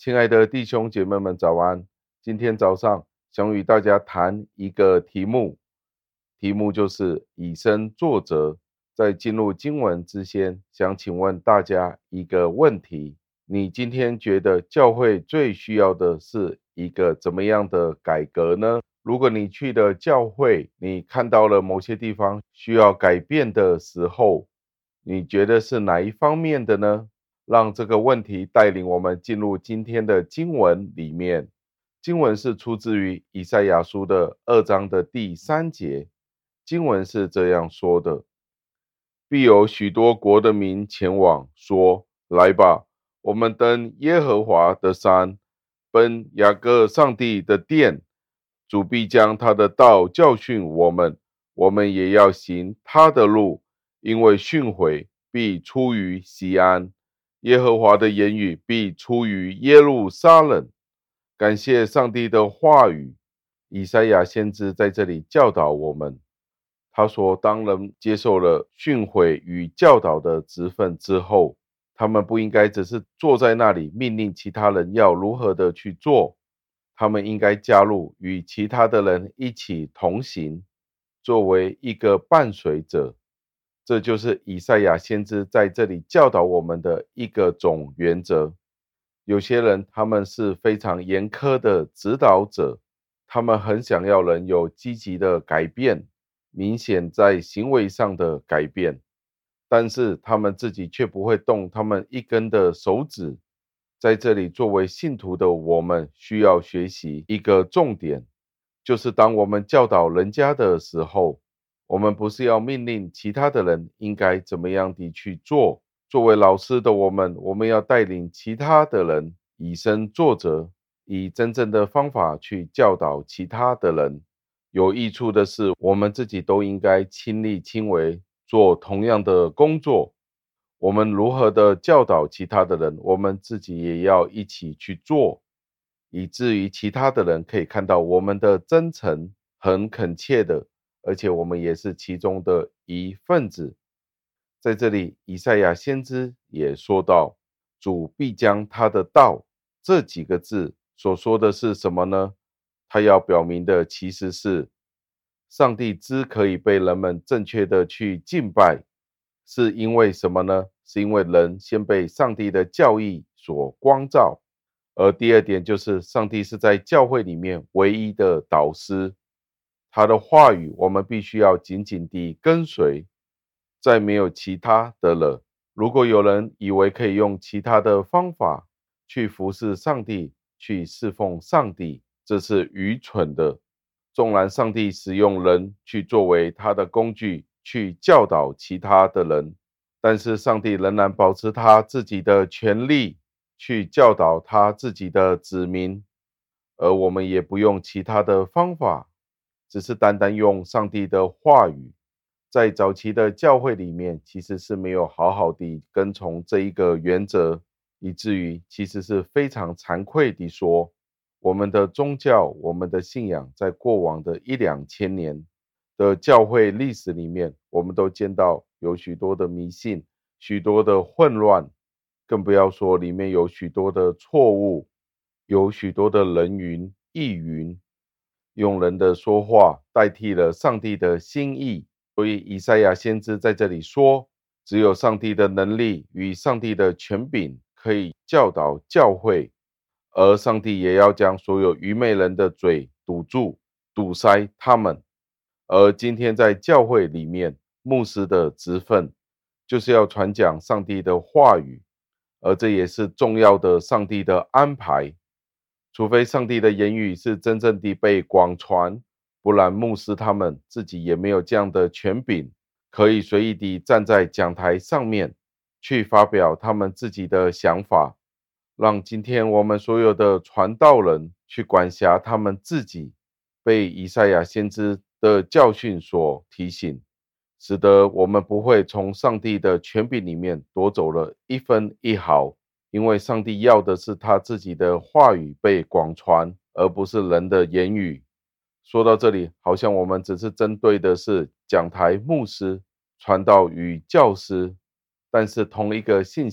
亲爱的弟兄姐妹们，早安！今天早上想与大家谈一个题目，题目就是以身作则。在进入经文之前，想请问大家一个问题：你今天觉得教会最需要的是一个怎么样的改革呢？如果你去的教会，你看到了某些地方需要改变的时候，你觉得是哪一方面的呢？让这个问题带领我们进入今天的经文里面。经文是出自于以赛亚书的2章的第3节。经文是这样说的：必有许多国的民前往，说：来吧，我们登耶和华的山，奔雅各上帝的殿。主必将他的道教训我们，我们也要行他的路，因为训诲必出于西安，耶和华的言语必出于耶路撒冷。感谢上帝的话语。以赛亚先知在这里教导我们，他说当人接受了训诲与教导的职分之后，他们不应该只是坐在那里命令其他人要如何的去做，他们应该加入与其他的人一起同行，作为一个伴随者。这就是以赛亚先知在这里教导我们的一个总原则。有些人他们是非常严苛的指导者，他们很想要人有积极的改变，明显在行为上的改变，但是他们自己却不会动他们一根的手指。在这里作为信徒的我们需要学习一个重点，就是当我们教导人家的时候，我们不是要命令其他的人应该怎么样地去做。作为老师的我们要带领其他的人以身作则，以真正的方法去教导其他的人。有益处的是，我们自己都应该亲力亲为，做同样的工作。我们如何的教导其他的人，我们自己也要一起去做，以至于其他的人可以看到我们的真诚，很恳切的，而且我们也是其中的一份子。在这里，以赛亚先知也说到，主必将他的道，这几个字所说的是什么呢？他要表明的其实是，上帝之可以被人们正确的去敬拜，是因为什么呢？是因为人先被上帝的教义所光照。而第二点就是，上帝是在教会里面唯一的导师，他的话语我们必须要紧紧地跟随，再没有其他的了。如果有人以为可以用其他的方法去服侍上帝，去侍奉上帝，这是愚蠢的。纵然上帝使用人去作为他的工具，去教导其他的人，但是上帝仍然保持他自己的权利，去教导他自己的子民。而我们也不用其他的方法，只是单单用上帝的话语。在早期的教会里面，其实是没有好好地跟从这一个原则，以至于其实是非常惭愧地说，我们的宗教，我们的信仰，在过往的1-2千年的教会历史里面，我们都见到有许多的迷信，许多的混乱，更不要说里面有许多的错误，有许多的人云亦云，用人的说话代替了上帝的心意。所以以赛亚先知在这里说，只有上帝的能力与上帝的权柄可以教导教会，而上帝也要将所有愚昧人的嘴堵住，堵塞他们。而今天在教会里面，牧师的职分就是要传讲上帝的话语，而这也是重要的上帝的安排。除非上帝的言语是真正地被广传，不然牧师他们自己也没有这样的权柄，可以随意地站在讲台上面去发表他们自己的想法，让今天我们所有的传道人去管辖他们自己，被以赛亚先知的教训所提醒，使得我们不会从上帝的权柄里面夺走了一分一毫，因为上帝要的是他自己的话语被广传，而不是人的言语。说到这里，好像我们只是针对的是讲台牧师、传道与教师，但是同一个信息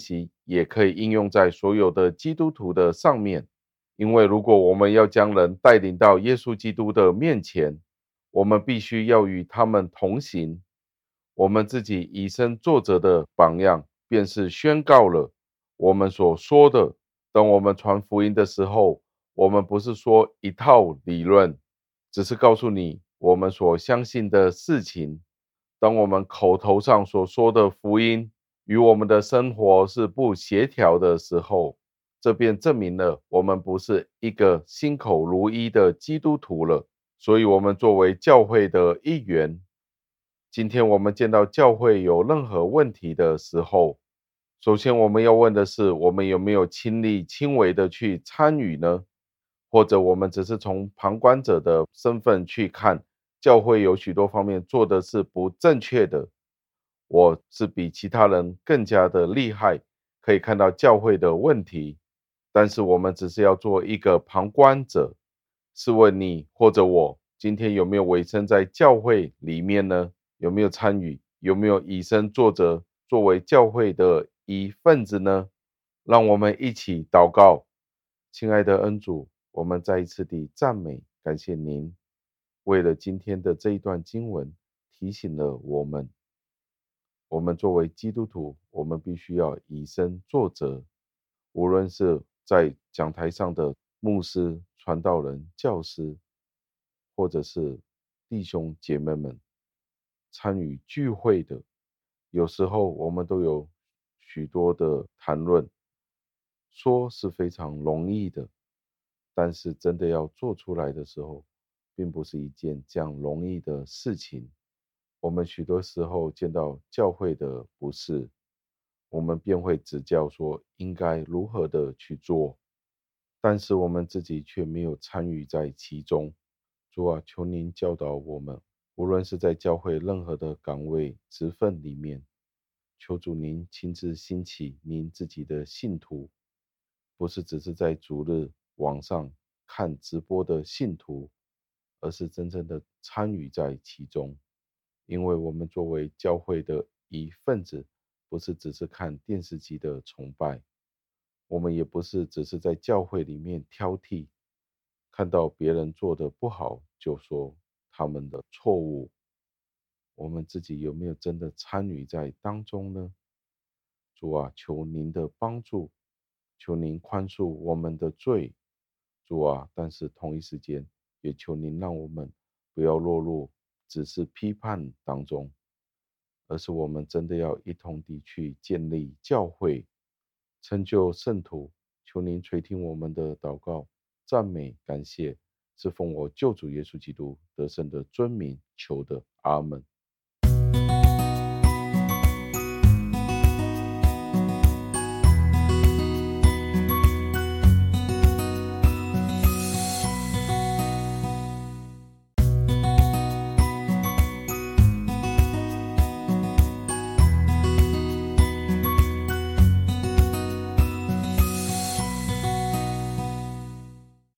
也可以应用在所有的基督徒的上面。因为如果我们要将人带领到耶稣基督的面前，我们必须要与他们同行。我们自己以身作则的榜样，便是宣告了我们所说的。当我们传福音的时候，我们不是说一套理论，只是告诉你我们所相信的事情。当我们口头上所说的福音与我们的生活是不协调的时候，这便证明了我们不是一个心口如一的基督徒了。所以我们作为教会的一员，今天我们见到教会有任何问题的时候，首先我们要问的是，我们有没有亲力亲为的去参与呢？或者我们只是从旁观者的身份去看，教会有许多方面做的是不正确的，我是比其他人更加的厉害，可以看到教会的问题，但是我们只是要做一个旁观者。试问你或者我今天有没有委身在教会里面呢？有没有参与？有没有以身作则，作为教会的一份子呢？让我们一起祷告。亲爱的恩主，我们再一次地赞美感谢您，为了今天的这一段经文提醒了我们，我们作为基督徒，我们必须要以身作则。无论是在讲台上的牧师、传道人、教师，或者是弟兄姐妹们参与聚会的，有时候我们都有许多的谈论，说是非常容易的，但是真的要做出来的时候，并不是一件这样容易的事情。我们许多时候见到教会的不是，我们便会指教说应该如何的去做，但是我们自己却没有参与在其中。主啊，求您教导我们，无论是在教会任何的岗位职分里面，求主您亲自兴起您自己的信徒，不是只是在主日网上看直播的信徒，而是真正的参与在其中。因为我们作为教会的一份子，不是只是看电视机的崇拜，我们也不是只是在教会里面挑剔，看到别人做的不好就说他们的错误，我们自己有没有真的参与在当中呢？主啊，求您的帮助，求您宽恕我们的罪，主啊，但是同一时间也求您让我们不要落入只是批判当中，而是我们真的要一同地去建立教会，成就圣徒。求您垂听我们的祷告，赞美感谢，是奉我救主耶稣基督得胜的尊名求的，阿门。